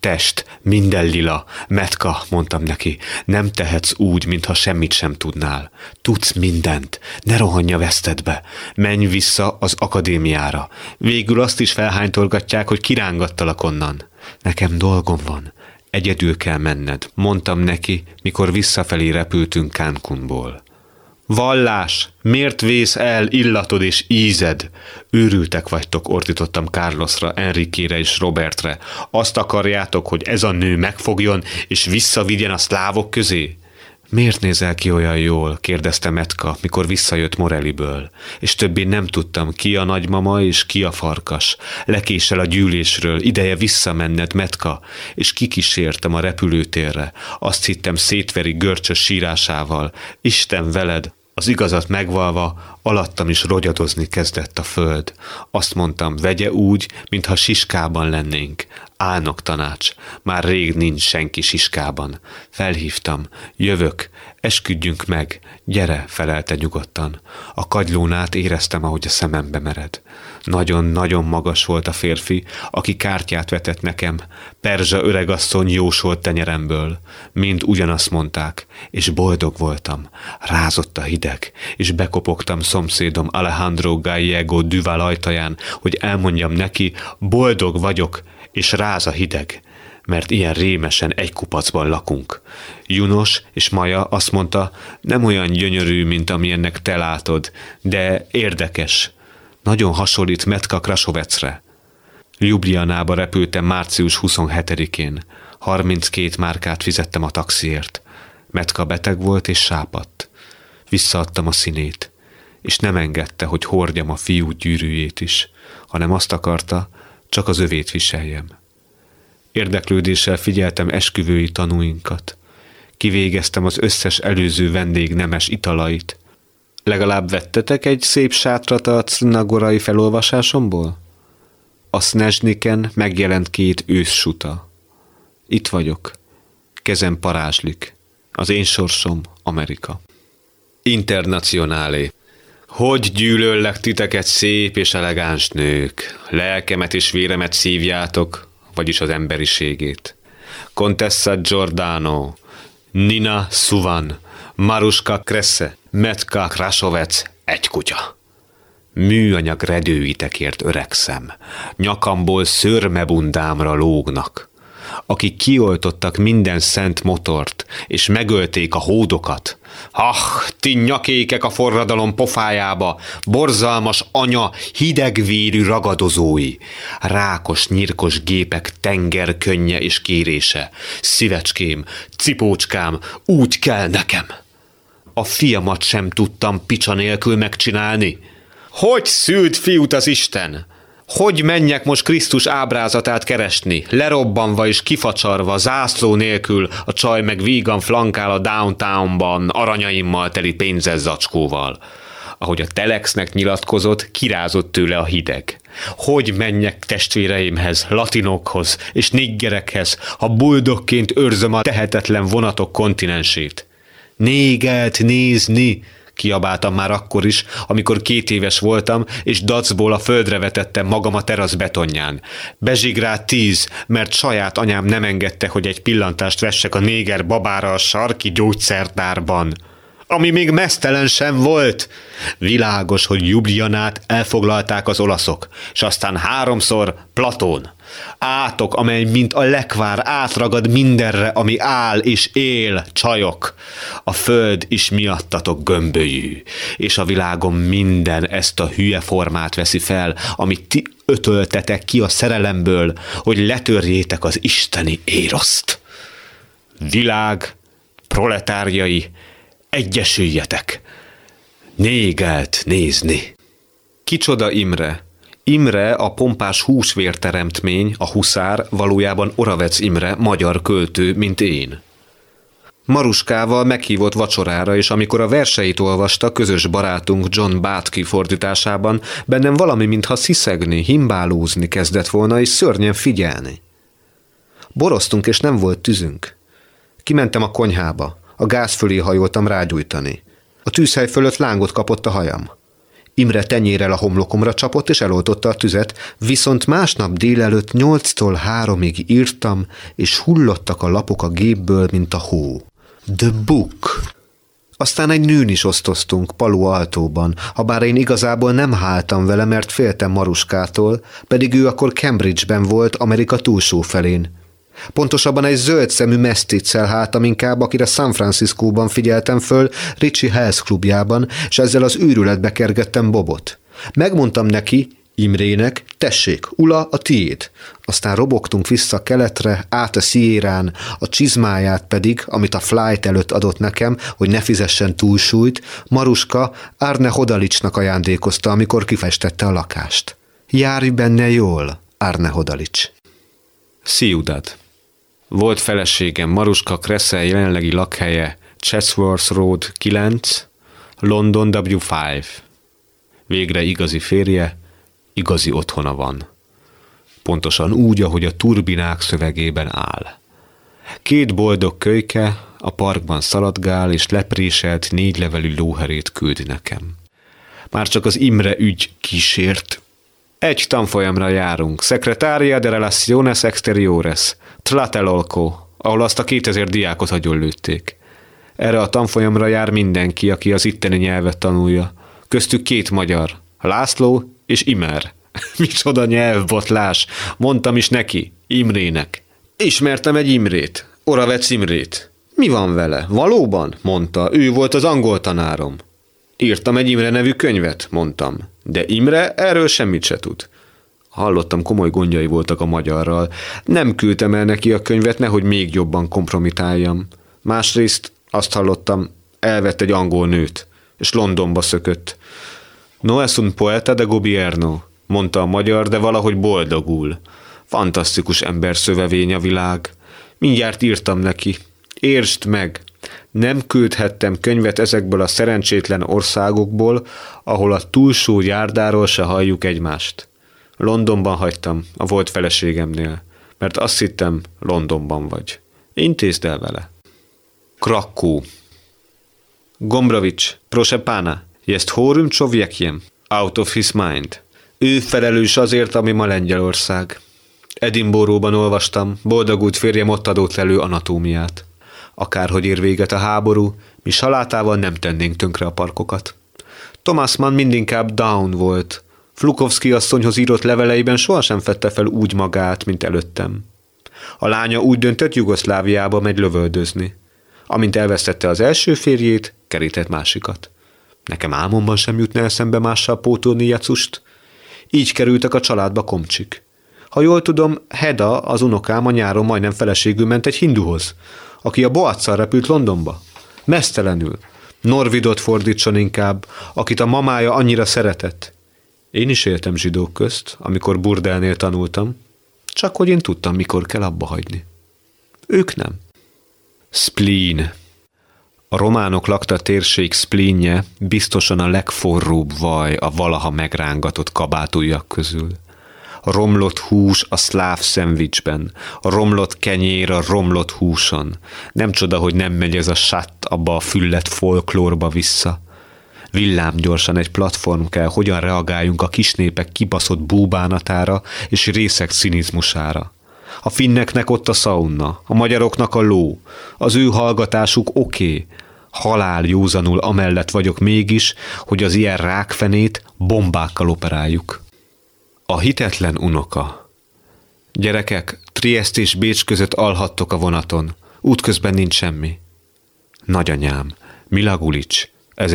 test, minden lila. Metka, mondtam neki, nem tehetsz úgy, mintha semmit sem tudnál. Tudsz mindent, ne rohanj a vesztedbe. Menj vissza az akadémiára. Végül azt is felhánytorgatják, hogy kirángattalak onnan. Nekem dolgom van. Egyedül kell menned, mondtam neki, mikor visszafelé repültünk Cancúnból. Vallás! Miért vész el illatod és ízed? Őrültek vagytok, ordítottam Carlosra, Enriquére és Robertre. Azt akarjátok, hogy ez a nő megfogjon és visszavigyen a szlávok közé? Miért nézel ki olyan jól? Kérdezte Metka, mikor visszajött Morelliből. És többé nem tudtam, ki a nagymama és ki a farkas. Lekésel a gyűlésről, ideje visszamenned, Metka, és kikísértem a repülőtérre. Azt hittem szétveri görcsös sírásával. Isten veled! Az igazat megvalva, alattam is rogyadozni kezdett a föld. Azt mondtam, vegye úgy, mintha siskában lennénk. Álnok tanács, már rég nincs senki siskában. Felhívtam, jövök, esküdjünk meg, gyere, felelte nyugodtan. A kagylón át éreztem, ahogy a szemembe mered. Nagyon-nagyon magas volt a férfi, aki kártyát vetett nekem. Perzsa öregasszony jósolt tenyeremből. Mind ugyanazt mondták, és boldog voltam. Rázott a hideg, és bekopogtam szomszédom Alejandro Gallego Duval ajtaján, hogy elmondjam neki, boldog vagyok, és ráz a hideg, mert ilyen rémesen egy kupacban lakunk. Junos és Maja azt mondta, nem olyan gyönyörű, mint amilyennek te látod, de érdekes. Nagyon hasonlít Metka Krasovecre. Ljubljanába repültem március 27-én. 32 márkát fizettem a taxiért. Metka beteg volt és sápadt. Visszaadtam a színét, és nem engedte, hogy hordjam a fiú gyűrűjét is, hanem azt akarta, csak az övét viseljem. Érdeklődéssel figyeltem esküvői tanúinkat. Kivégeztem az összes előző vendég nemes italait. Legalább vettetek egy szép sátrat a cnagorai felolvasásomból? A Snezhniken megjelent 2 őszsuta. Itt vagyok. Kezem parázslik. Az én sorsom Amerika. Internacionálé. Hogy gyűlöllek titeket, szép és elegáns nők. Lelkemet és véremet szívjátok, vagyis az emberiségét. Contessa Giordano, Nina Suvan, Maruska Kresse, Metka Krasovec, egy kutya. Műanyag redőitekért öregszem, nyakamból szőrmebundámra lógnak. Akik kioltottak minden szent motort, és megölték a hódokat. Ti nyakékek a forradalom pofájába, borzalmas anya hidegvérű ragadozói, rákos, nyirkos gépek tengerkönnye és kérése. Szívecském, cipócskám, úgy kell nekem. A fiamat sem tudtam picsa nélkül megcsinálni. Hogy szült fiút az Isten? Hogy menjek most Krisztus ábrázatát keresni, lerobbanva és kifacsarva, zászló nélkül, a csaj meg vígan flankál a downtownban, aranyaimmal teli pénzes zacskóval. Ahogy a telexnek nyilatkozott, kirázott tőle a hideg. Hogy menjek testvéreimhez, latinokhoz és niggerekhez, ha buldogként őrzöm a tehetetlen vonatok kontinensét? Négelt nézni! Kiabáltam már akkor is, amikor 2 éves voltam, és dacból a földre vetettem magam a terasz betonján. Bezsigrált 10, mert saját anyám nem engedte, hogy egy pillantást vessek a néger babára a sarki gyógyszertárban. Ami még meztelen sem volt. Világos, hogy Ljubljanát elfoglalták az olaszok, és aztán 3-szor Platón. Átok, amely mint a lekvár átragad mindenre, ami áll és él, csajok. A föld is miattatok gömbölyű, és a világon minden ezt a hülye formát veszi fel, amit ti ötöltetek ki a szerelemből, hogy letörjétek az isteni éroszt. Világ, proletárjai, egyesüljetek! Négelt nézni! Kicsoda Imre? Imre, a pompás húsvérteremtmény, a huszár, valójában Oravec Imre, magyar költő, mint én. Maruskával meghívott vacsorára, és amikor a verseit olvasta közös barátunk John Bátki fordításában, bennem valami mintha sziszegni, himbálózni kezdett volna, és szörnyen figyelni. Boroztunk, és nem volt tüzünk. Kimentem a konyhába. A gáz fölé hajoltam rágyújtani. A tűzhely fölött lángot kapott a hajam. Imre tenyérrel a homlokomra csapott, és eloltotta a tüzet, viszont másnap délelőtt 8-tól 3-ig írtam, és hullottak a lapok a gépből, mint a hó. The Book. Aztán egy nőn is osztoztunk Palo Altóban, habár én igazából nem háltam vele, mert féltem Maruskától, pedig ő akkor Cambridge-ben volt, Amerika túlsó felén. Pontosabban egy zöld szemű meszticcel háltam inkább, akire San Franciscóban figyeltem föl, Richie Health klubjában, és ezzel az őrületbe kergettem Bobot. Megmondtam neki, Imrének, tessék, Ula, a tiéd. Aztán robogtunk vissza keletre, át a Sierrán, a csizmáját pedig, amit a flight előtt adott nekem, hogy ne fizessen túlsúlyt, Maruska Arne Hodalicsnak ajándékozta, amikor kifestette a lakást. Járj benne jól, Arne Hodalics. Ciudad. Volt feleségem Maruska Kressel jelenlegi lakhelye Chatsworth Road 9, London W5. Végre igazi férje, igazi otthona van. Pontosan úgy, ahogy a turbinák szövegében áll. 2 boldog kölyke a parkban szaladgál, és lepréselt 4 levelű lóherét küld nekem. Már csak az Imre ügy kísért. Egy tanfolyamra járunk, Secretaria de Relaciones Exteriores, Tlatelolco, ahol azt a 2000 diákot agyonlőtték. Erre a tanfolyamra jár mindenki, aki az itteni nyelvet tanulja. Köztük 2 magyar, László és Imer. Micsoda nyelvbotlás, mondtam is neki, Imrének. Ismertem egy Imrét, Oravec Imrét. Mi van vele? Valóban? Mondta, ő volt az angol tanárom. Írtam egy Imre nevű könyvet, mondtam, de Imre erről semmit se tud. Hallottam, komoly gondjai voltak a magyarral. Nem küldtem el neki a könyvet, nehogy még jobban kompromitáljam. Másrészt azt hallottam, elvett egy angol nőt, és Londonba szökött. No es un poeta de gobierno, mondta a magyar, de valahogy boldogul. Fantasztikus ember szövevény a világ. Mindjárt írtam neki. Értsd meg! Nem küldhettem könyvet ezekből a szerencsétlen országokból, ahol a túlsó járdáról se halljuk egymást. Londonban hagytam, a volt feleségemnél, mert azt hittem, Londonban vagy. Intézd el vele. Krakó. Gombrowicz, proszę pana, jest chorym człowiekiem, out of his mind. Ő felelős azért, ami ma Lengyelország. Edinburghban olvastam, boldogult férjem ott adott elő anatómiát. Akárhogy ér véget a háború, mi salátával nem tennénk tönkre a parkokat. Thomas Mann mindinkább down volt. Flukowski asszonyhoz írott leveleiben sohasem fedte fel úgy magát, mint előttem. A lánya úgy döntött, Jugoszláviába megy lövöldözni. Amint elvesztette az első férjét, kerített másikat. Nekem álmomban sem jutna eszembe mással pótolni Jacust. Így kerültek a családba komcsik. Ha jól tudom, Heda, az unokám, a nyáron majdnem feleségül ment egy hinduhoz, aki a Boazzal repült Londonba. Meztelenül. Norvidot fordítson inkább, akit a mamája annyira szeretett. Én is éltem zsidók közt, amikor burdelnél tanultam, csak hogy én tudtam, mikor kell abba hagyni. Ők nem. Spleen. A románok lakta térség spleenje biztosan a legforróbb vaj a valaha megrángatott kabátujjak közül. A romlott hús a szláv szendvicsben, a romlott kenyér a romlott húson. Nem csoda, hogy nem megy ez a satt abba a füllett folklórba vissza. Villámgyorsan egy platform kell, hogyan reagáljunk a kisnépek kibaszott búbánatára és részeg cinizmusára. A finneknek ott a szauna, a magyaroknak a ló, az ő hallgatásuk oké. Halál józanul amellett vagyok mégis, hogy az ilyen rákfenét bombákkal operáljuk. A hitetlen unoka. Gyerekek, Triest és Bécs között alhattok a vonaton. Útközben nincs semmi. Nagyanyám, Mila Gulics,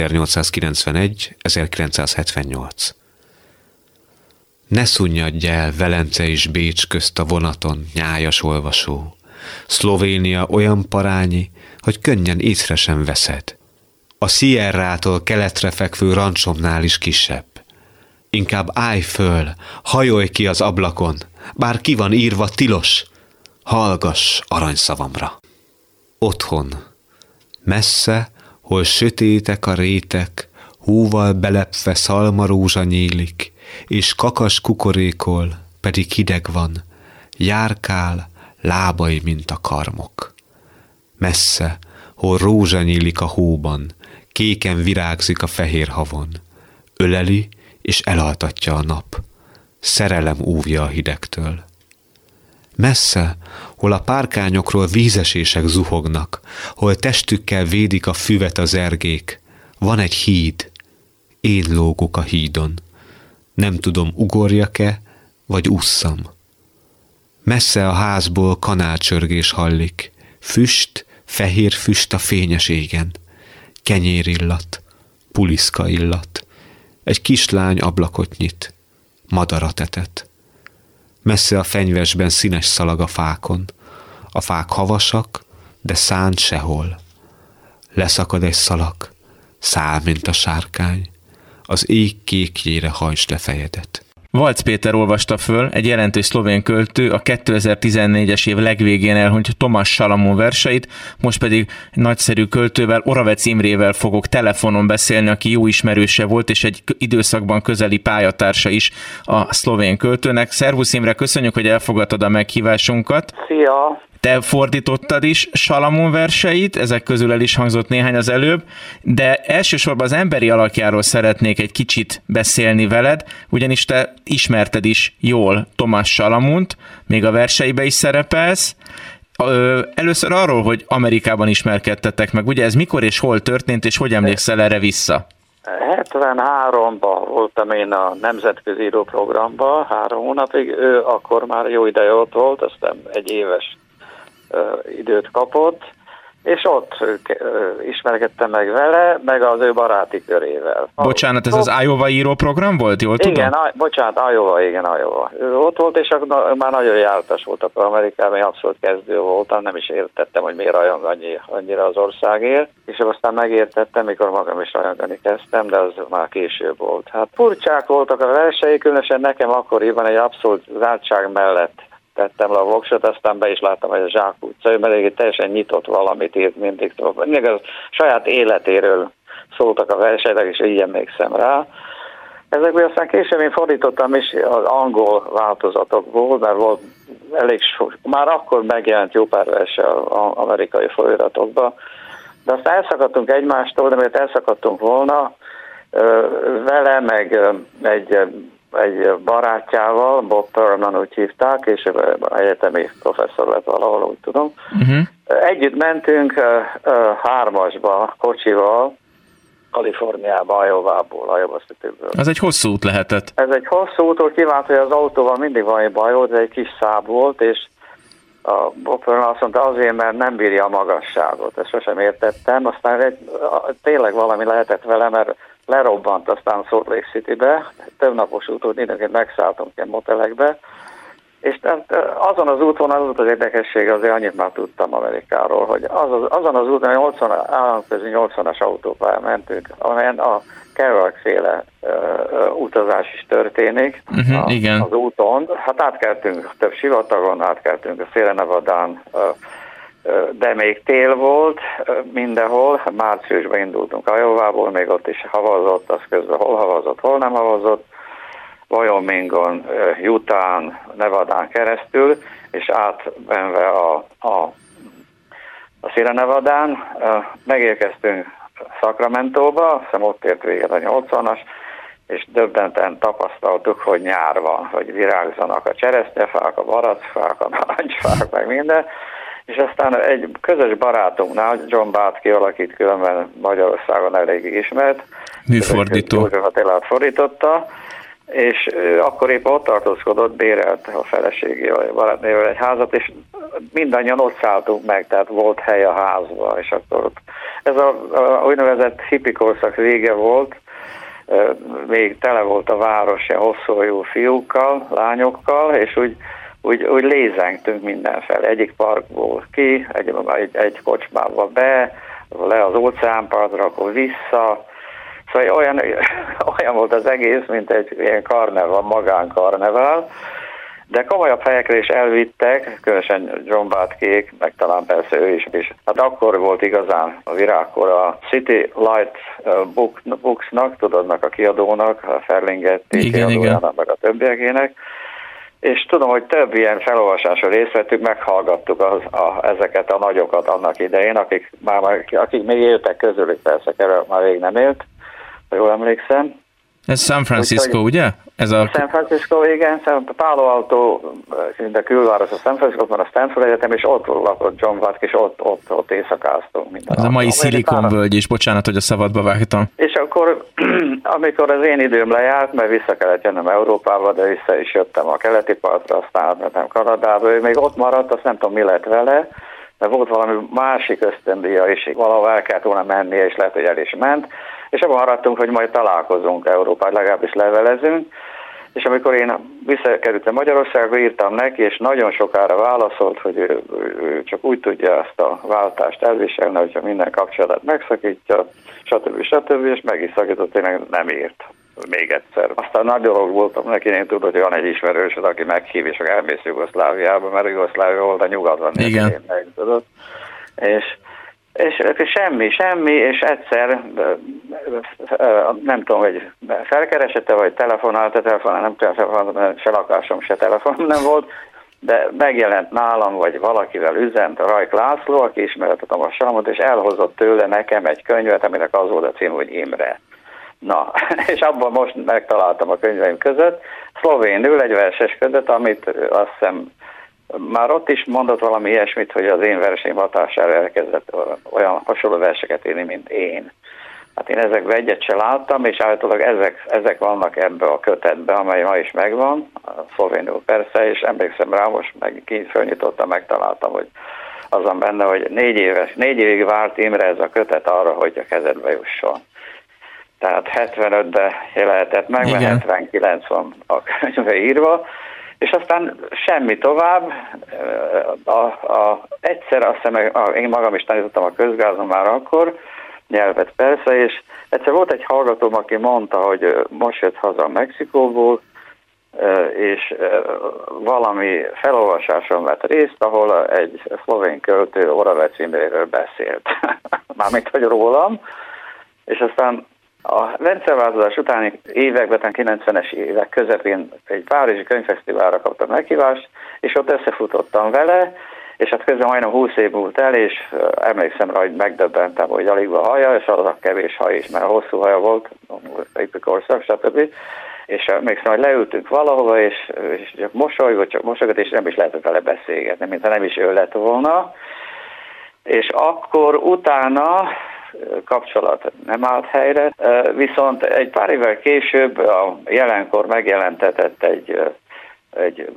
1891-1978. Ne szunnyadj el Velence és Bécs közt a vonaton, nyájas olvasó. Szlovénia olyan parányi, hogy könnyen észre sem veszed. A Sierrától keletre fekvő rancsomnál is kisebb. Inkább állj föl, hajolj ki az ablakon, bár ki van írva tilos, hallgass aranyszavamra. Otthon. Messze, hol sötétek a rétek, hóval belepve szalmarózsa nyílik, és kakas kukorékol, pedig hideg van, járkál, lábai, mint a karmok. Messze, hol rózsa nyílik a hóban, kéken virágzik a fehér havon, Öleli és elaltatja a nap. Szerelem óvja a hidegtől. Messze, hol a párkányokról vízesések zuhognak, hol testükkel védik a füvet az ergék, van egy híd. Én lógok a hídon. Nem tudom, ugorjak-e, vagy ússzam. Messze a házból kanálcsörgés hallik. Füst, fehér füst a fényes égen. Kenyérillat, puliszka illat. Egy kislány ablakot nyit. Madarat etet. Messze a fenyvesben színes szalag a fákon. A fák havasak, de szánt sehol. Leszakad egy szalag, száll, mint a sárkány. Az ég kékjére hajtsd le fejedet. Valc Péter olvasta föl, egy jelentős szlovén költő, a 2014-es év legvégén elhunyt Tomás Salamon verseit, most pedig nagyszerű költővel, Oravec Imrével fogok telefonon beszélni, aki jó ismerőse volt, és egy időszakban közeli pályatársa is a szlovén költőnek. Szervusz Imre, köszönjük, hogy elfogadtad a meghívásunkat. Szia! Te fordítottad is Salamon verseit, ezek közül el is hangzott néhány az előbb, de elsősorban az emberi alakjáról szeretnék egy kicsit beszélni veled, ugyanis te ismerted is jól Tomás Salamont, még a verseibe is szerepelsz. Először arról, hogy Amerikában ismerkedtetek meg, ugye ez mikor és hol történt, és hogy emlékszel erre vissza? 73-ban voltam én a nemzetközi íróprogramban, 3 hónapig, ő akkor már jó ideje ott volt, aztán egy éves időt kapott, és ott ismerkedtem meg vele, meg az ő baráti körével. Bocsánat, ez az Iowa íróprogram volt, jól tudom? Igen, bocsánat, Iowa. Ő ott volt, és akkor már nagyon jártas volt akkor Amerikában, én abszolút kezdő voltam, nem is értettem, hogy miért rajong annyira az országért, és aztán megértettem, mikor magam is rajongani kezdtem, de az már később volt. Hát furcsák voltak a versei, különösen nekem akkoriban egy abszolút zártság mellett tettem le a voksot, aztán be is láttam, hogy a Zsák utca, mert egy teljesen nyitott valamit írt mindig. Mindig a saját életéről szóltak a versenyek, és így emlékszem rá. Ezekből aztán később én fordítottam is az angol változatokból, mert volt elég sok, már akkor megjelent jó pár verse az amerikai folyóiratokban, de aztán elszakadtunk egymástól, de miért elszakadtunk volna, vele meg egy barátjával, Bob Perlman úgy hívták, és egyetemi professzor lett valahol, úgy tudom. Együtt mentünk 3-asba, kocsival, Kaliforniába, Iowa Cityből. Az egy hosszú út lehetett. Ez egy hosszú út, kivált, hogy az autóval mindig valami baj volt, ez egy kis száb volt, és a Bob Perlman azt mondta, azért, mert nem bírja a magasságot. Ezt sosem értettem, aztán tényleg valami lehetett vele, mert lerobbant aztán Salt Lake Citybe, több napos úton időnként megszálltunk ilyen motelekbe, és azon az úton az volt az érdekesség, azért annyit már tudtam Amerikáról, hogy azon az úton, hogy államközi 80-as autópályán mentünk, amelyen a Kerouac-féle utazás is történik az úton. Hát átkeltünk több sivatagon, átkeltünk a Sierra Nevadán, de még tél volt mindenhol, márciusban indultunk Iowa-ból, még ott is havazott, az közben hol havazott, hol nem havazott, Wyomingon, Utahn, Nevadán keresztül, és átmenve a Sierra Nevadán megérkeztünk Sacramentóba, azt hiszem ott ért véget a 80-as, és döbbenten tapasztaltuk, hogy nyár van, hogy virágzanak a cseresznyefák, a baracfák, a narancsfák, meg minden, és aztán egy közös barátunknál, John Bátki, akit különben Magyarországon elég ismert, műfordító, József Attilát fordította, és akkor épp ott tartózkodott, bérelt a feleségével, barátnével egy házat, és mindannyian ott szálltunk meg, tehát volt hely a házba, és akkor ez a úgynevezett hippie korszak vége volt, még tele volt a város ilyen hosszúhajú fiúkkal, lányokkal, és úgy lézengtünk mindenfelé. Egyik parkból ki, egy kocsmába be, le az óceánpartra, akkor vissza. Szóval olyan volt az egész, mint egy ilyen karneval, magánkarneval, de komolyabb helyekre is elvittek, különösen John Bátkék, meg talán persze ő is. Hát akkor volt igazán a virágkor a City Light Booksnak, tudodnak a kiadónak, a Ferlinghetti kiadójának, meg a többiekének, és tudom, hogy több ilyen felolvasáson részt vettük, meghallgattuk ezeket a nagyokat annak idején, akik még éltek közülük, persze Kerouac már rég nem élt, ha jól emlékszem, Ez San Francisco, ugye? Ez a... San Francisco, igen, Palo Alto, de külváros a San Francisco, van a Stanford Egyetem, és ott lakott John Watt, és ott éjszakáztunk. Ez a mai Szilikonvölgy is, bocsánat, hogy a szabadba vágtam. És akkor, amikor az én időm lejárt, mert vissza kellett jönnöm Európába, de vissza is jöttem a keleti partra, aztán átmentem Kanadába, ő még ott maradt, azt nem tudom, mi lett vele, mert volt valami másik ösztöndíja, és valahol el kellett volna mennie, és lehet, hogy el is ment, és abban maradtunk, hogy majd találkozunk Európában, legalábbis levelezünk, és amikor én visszakerültem Magyarországra, írtam neki, és nagyon sokára válaszolt, hogy ő csak úgy tudja ezt a váltást elviselni, hogyha minden kapcsolatát megszakítja, stb. És meg is szakított, tényleg nem írt még egyszer. Aztán nagy dolog voltam neki, én tudod, hogy van egy ismerősöd, aki meghív, és elmész Jugoszláviába, mert Jugoszlávia volt a nyugatban. Igen. Tudod. És semmi, és egyszer, nem tudom, hogy felkeresette, vagy telefonálta, nem tudom, se lakásom, se telefonom nem volt, de megjelent nálam, vagy valakivel üzent, Rajk László, aki ismerte Tamás Salamot, és elhozott tőle nekem egy könyvet, aminek az volt a cím, hogy Imre. Na, és abban most megtaláltam a könyveim között, szlovénül egy verses között, amit azt hiszem, már ott is mondott valami ilyesmit, hogy az én verseim hatására elkezdett olyan hasonló verseket írni, mint én. Hát én ezekben egyet se láttam, és általában ezek vannak ebbe a kötetbe, amely ma is megvan, a szlovénul persze, és emlékszem rá, most meg fölnyitottam, megtaláltam, hogy az van benne, hogy 4 évig várt Imre ez a kötet arra, hogy a kezedbe jusson. Tehát 75-ben lehetett meg, mert 79 van a könyvbe írva, és aztán semmi tovább. Egyszer azt hiszem, én magam is tanítottam a közgázon már akkor, nyelvet persze, és egyszer volt egy hallgatóm, aki mondta, hogy most jött haza Mexikóból, és valami felolvasáson vett részt, ahol egy szlovén költő Oravec Imréről beszélt. Mármint, hogy rólam, és aztán a rendszerváltozás utáni években, 90-es évek közepén egy párizsi könyvfesztiválra kaptam meghívást, és ott összefutottam vele, és hát közben majdnem 20 év múlt el, és emlékszem rá, hogy megdöbbentem, hogy alig van haja, és az a kevés haj is, mert hosszú haja volt, épp korszak, stb. És emlékszem, hogy leültünk valahova, és csak mosolygott, és nem is lehetett vele beszélgetni, mintha nem is ő lett volna. És akkor utána kapcsolat nem állt helyre, viszont egy pár évvel később a Jelenkor megjelentetett egy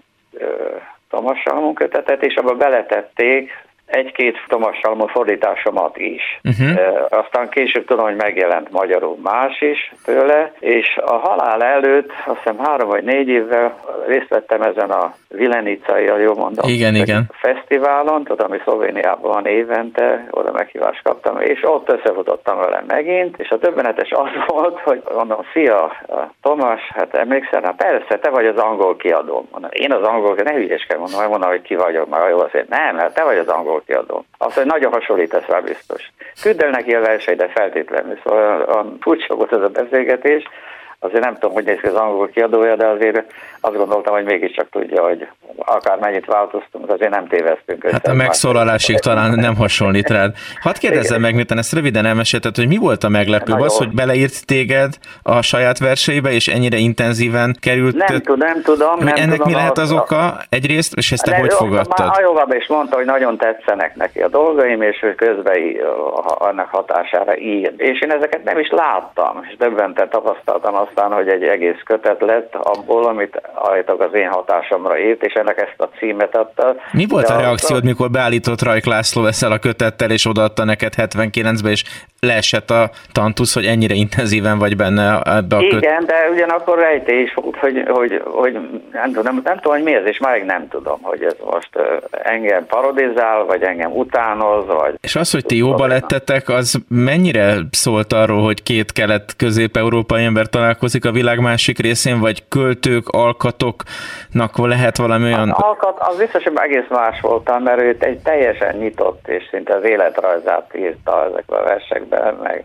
Tamás Salamon kötetet, és abba beletették egy-két Tamás Salamon fordításomat is. Aztán később tudom, hogy megjelent magyarul más is tőle, és a halál előtt, azt hiszem 3 vagy 4 évvel részt vettem ezen a Vilenicai, jól mondom, igen. fesztiválon, tudom, ami Szlovéniában van évente, oda meghívást kaptam, és ott összefutottam vele megint, és a döbbenetes az volt, hogy mondom, szia Tamás, hát emlékszel, hát persze, te vagy az angol kiadóm. Mondom, én az angol kiadóm, ne hülyeskedj, mondom, hogy ki vagyok, már jó azért. Nem, hát te vagy az angol kiadóm. Azt, hogy nagyon hasonlítasz rá biztos. Küld el neki a verseidet feltétlenül, szóval furcsa volt ez a beszélgetés. Azért nem tudom, hogy néz ki az angol kiadója, de azért azt gondoltam, hogy mégiscsak tudja, hogy akármennyit változtunk, azért nem téveztünk össze. Hát a megszólalásig talán nem hasonlít rád. Hadd kérdezzem meg, miután ezt röviden elmesélted, hogy mi volt a meglepőbb? Az, hogy beleírt téged a saját verseibe, és ennyire intenzíven került? Nem tudom. Ennek mi lehet az oka egyrészt, és ezt te hogy fogadtad? Már Ajovában is mondta, hogy nagyon tetszenek neki a dolgaim, és ő közben annak hatására ír. És én ezeket nem is láttam, és döbbenten tapasztaltam aztán, hogy egy egész kötet lett abból, amit állítok az én hatásomra írt, és ennek ezt a címet adta. Mi volt a reakciód, mikor beállított Rajk László ezzel a kötettel, és odaadta neked 79-ben, és leesett a tantusz, hogy ennyire intenzíven vagy benne ebbe a Igen, de ugyanakkor rejtés volt, hogy nem tudom, hogy mi ez, és már nem tudom, hogy ez most engem parodizál, vagy engem utánoz, vagy... És az, hogy ti jóba lettetek, az mennyire szólt arról, hogy két kelet-közép-európai ember találkozik a világ másik részén, vagy költők, alkatoknak lehet valami olyan... Az alkat, az biztos, hogy egész más voltam, mert ő egy teljesen nyitott, és szinte az életrajzát írta ezekben a versekben, meg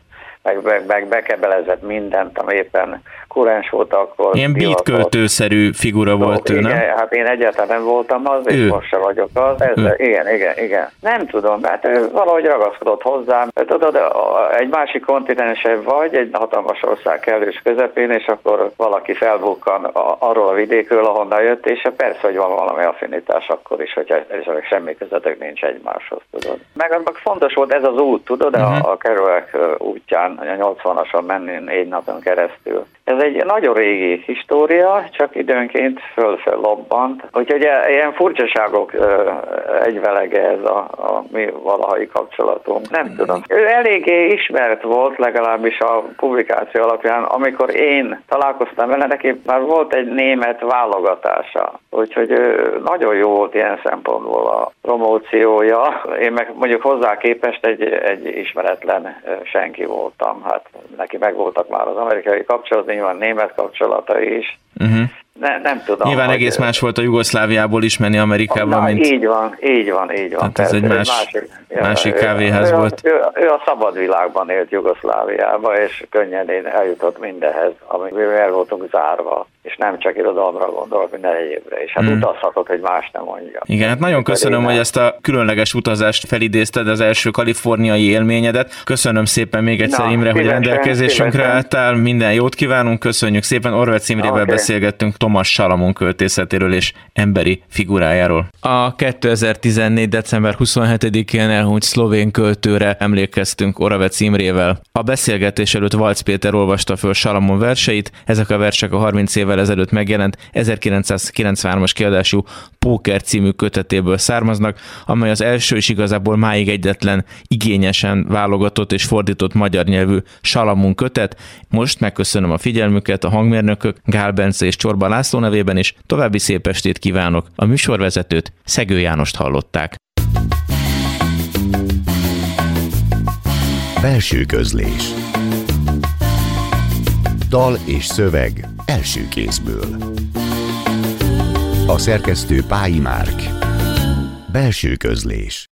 meg bekebelezett mindent, ami éppen kurens volt akkor. Ilyen beat költőszerű figura volt ő, nem? Hát én egyáltalán nem voltam az, és most se vagyok az. Igen. Nem tudom, hát ő valahogy ragaszkodott hozzám. Tudod, egy másik kontinensen vagy, egy hatalmas ország kellős közepén, és akkor valaki felbukkan arról a vidékről, ahonnan jött, és persze, hogy van valami affinitás akkor is, hogyha semmi közetek nincs egymáshoz, tudod. Meg annak fontos volt ez az út, tudod, a Kerouac útján, a 80-ason menni 4 napon keresztül. Ez egy nagyon régi história, csak időnként föl lobbant. Úgyhogy ilyen furcsaságok egyvelege ez a mi valahai kapcsolatunk. Nem tudom. Ő eléggé ismert volt, legalábbis a publikáció alapján, amikor én találkoztam vele, neki már volt egy német válogatása. Úgyhogy nagyon jó volt ilyen szempontból a promóciója. Én meg mondjuk hozzá képest egy ismeretlen senki voltam. Hát neki megvoltak már az amerikai kapcsolatok, nyilván német kapcsolatai is. Nem tudom. Nyilván egész más volt a Jugoszláviából ismerni Amerikába, mint... Így van. Hát ez egy másik kávéház volt. Ő a szabad világban élt Jugoszláviába, és könnyedén eljutott mindenhez, amivel el voltunk zárva, és nem csak irodalomra gondolok, minden egyébre, és hát utazhatott, hogy más nem mondja. Igen, hát nagyon köszönöm, hogy ezt a különleges utazást felidézted, az első kaliforniai élményedet. Köszönöm szépen még egyszer, Imre, hogy rendelkezésünkre álltál. Minden jót kívánunk, köszönjük szépen. Orvec Imrével beszélgettünk Thomas Salamon költészetéről és emberi figurájáról. A 2014. december 27-én elhunyt szlovén költőre emlékeztünk Oravec Imrével. A beszélgetés előtt Valc Péter olvasta föl Salamon verseit, ezek a versek a 30 évvel ezelőtt megjelent 1993-as kiadású Póker című kötetéből származnak, amely az első és igazából máig egyetlen igényesen válogatott és fordított magyar nyelvű Salamon kötet. Most megköszönöm a figyelmüket a hangmérnökök Gál Bence és Csorba László nevében is, további szép estét kívánok. A műsorvezetőt, Szegő Jánost hallották. Belső közlés. Dal és szöveg első kézből. A szerkesztő Pályi Márk. Belső közlés.